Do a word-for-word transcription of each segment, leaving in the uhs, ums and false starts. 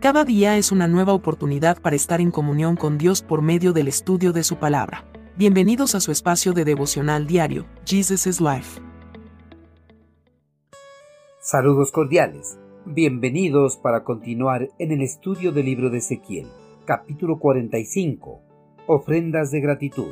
Cada día es una nueva oportunidad para estar en comunión con Dios por medio del estudio de su palabra. Bienvenidos a su espacio de devocional diario, Jesus is Life. Saludos cordiales. Bienvenidos para continuar en el estudio del libro de Ezequiel, capítulo cuarenta y cinco. Ofrendas de gratitud.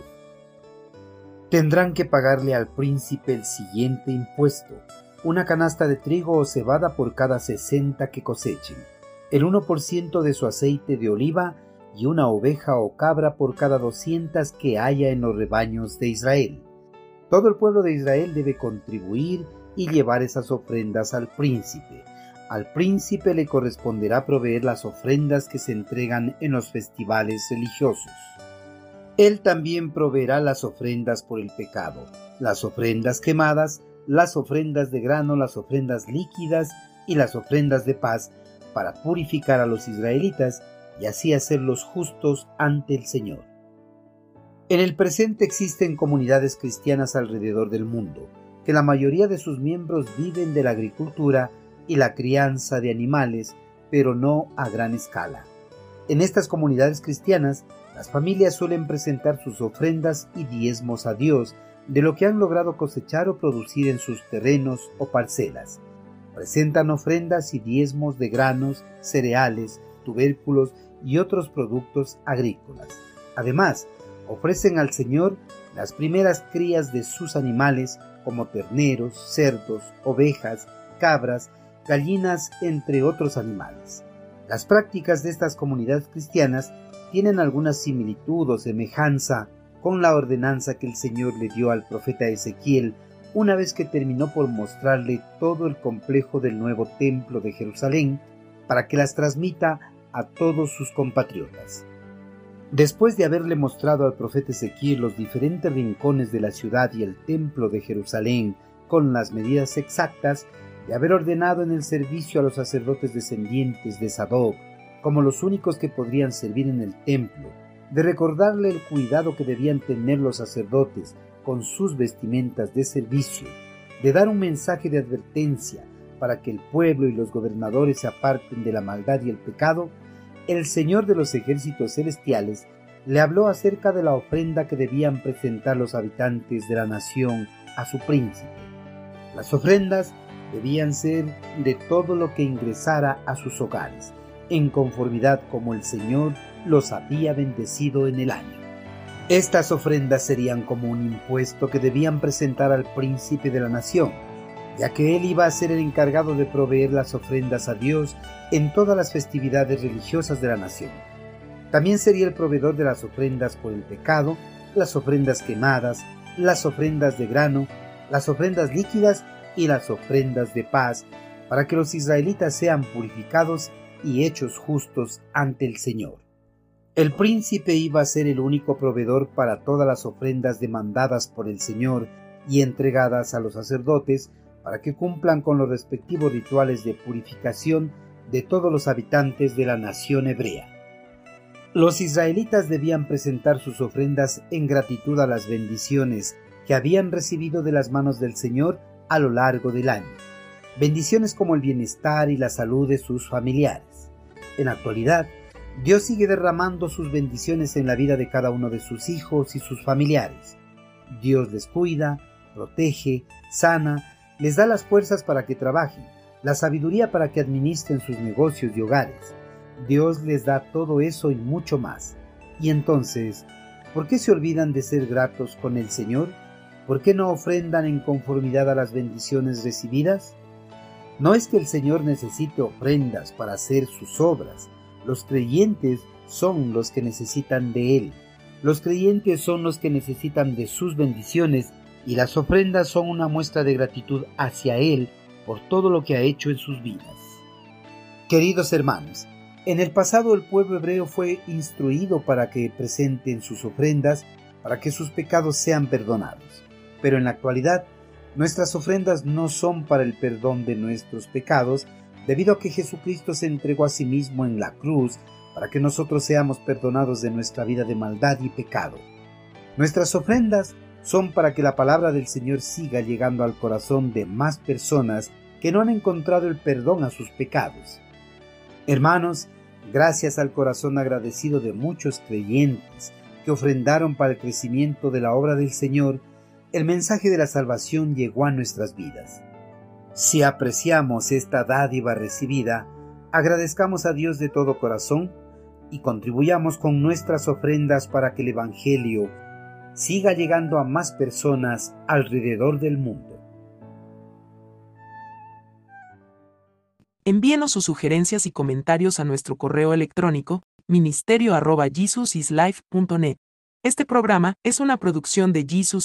Tendrán que pagarle al príncipe el siguiente impuesto: una canasta de trigo o cebada por cada sesenta que cosechen, el uno por ciento de su aceite de oliva y una oveja o cabra por cada doscientas que haya en los rebaños de Israel. Todo el pueblo de Israel debe contribuir y llevar esas ofrendas al príncipe. Al príncipe le corresponderá proveer las ofrendas que se entregan en los festivales religiosos. Él también proveerá las ofrendas por el pecado, las ofrendas quemadas, las ofrendas de grano, las ofrendas líquidas y las ofrendas de paz, para purificar a los israelitas y así hacerlos justos ante el Señor. En el presente existen comunidades cristianas alrededor del mundo, que la mayoría de sus miembros viven de la agricultura y la crianza de animales, pero no a gran escala. En estas comunidades cristianas, las familias suelen presentar sus ofrendas y diezmos a Dios de lo que han logrado cosechar o producir en sus terrenos o parcelas. Presentan ofrendas y diezmos de granos, cereales, tubérculos y otros productos agrícolas. Además, ofrecen al Señor las primeras crías de sus animales, como terneros, cerdos, ovejas, cabras, gallinas, entre otros animales. Las prácticas de estas comunidades cristianas tienen alguna similitud o semejanza con la ordenanza que el Señor le dio al profeta Ezequiel una vez que terminó por mostrarle todo el complejo del nuevo templo de Jerusalén para que las transmita a todos sus compatriotas. Después de haberle mostrado al profeta Ezequiel los diferentes rincones de la ciudad y el templo de Jerusalén con las medidas exactas, de haber ordenado en el servicio a los sacerdotes descendientes de Sadoc como los únicos que podrían servir en el templo, de recordarle el cuidado que debían tener los sacerdotes con sus vestimentas de servicio, de dar un mensaje de advertencia para que el pueblo y los gobernadores se aparten de la maldad y el pecado, el Señor de los ejércitos celestiales le habló acerca de la ofrenda que debían presentar los habitantes de la nación a su príncipe. Las ofrendas debían ser de todo lo que ingresara a sus hogares, en conformidad como el Señor los había bendecido en el año. Estas ofrendas serían como un impuesto que debían presentar al príncipe de la nación, ya que él iba a ser el encargado de proveer las ofrendas a Dios en todas las festividades religiosas de la nación. También sería el proveedor de las ofrendas por el pecado, las ofrendas quemadas, las ofrendas de grano, las ofrendas líquidas y las ofrendas de paz, para que los israelitas sean purificados y hechos justos ante el Señor. El príncipe iba a ser el único proveedor para todas las ofrendas demandadas por el Señor y entregadas a los sacerdotes para que cumplan con los respectivos rituales de purificación de todos los habitantes de la nación hebrea. Los israelitas debían presentar sus ofrendas en gratitud a las bendiciones que habían recibido de las manos del Señor a lo largo del año, bendiciones como el bienestar y la salud de sus familiares. En la actualidad, Dios sigue derramando sus bendiciones en la vida de cada uno de sus hijos y sus familiares. Dios les cuida, protege, sana, les da las fuerzas para que trabajen, la sabiduría para que administren sus negocios y hogares. Dios les da todo eso y mucho más. Y entonces, ¿por qué se olvidan de ser gratos con el Señor? ¿Por qué no ofrendan en conformidad a las bendiciones recibidas? No es que el Señor necesite ofrendas para hacer sus obras. Los creyentes son los que necesitan de Él. Los creyentes son los que necesitan de sus bendiciones y las ofrendas son una muestra de gratitud hacia Él por todo lo que ha hecho en sus vidas. Queridos hermanos, en el pasado el pueblo hebreo fue instruido para que presenten sus ofrendas para que sus pecados sean perdonados. Pero en la actualidad, nuestras ofrendas no son para el perdón de nuestros pecados, debido a que Jesucristo se entregó a sí mismo en la cruz para que nosotros seamos perdonados de nuestra vida de maldad y pecado. Nuestras ofrendas son para que la palabra del Señor siga llegando al corazón de más personas que no han encontrado el perdón a sus pecados. Hermanos, Gracias al corazón agradecido de muchos creyentes que ofrendaron para el crecimiento de la obra del Señor, el mensaje de la salvación llegó a nuestras vidas. Si apreciamos esta dádiva recibida, agradezcamos a Dios de todo corazón y contribuyamos con nuestras ofrendas para que el Evangelio siga llegando a más personas alrededor del mundo. Envíenos sus sugerencias y comentarios a nuestro correo electrónico ministerio arroba jesusislife punto net. Este programa es una producción de Jesus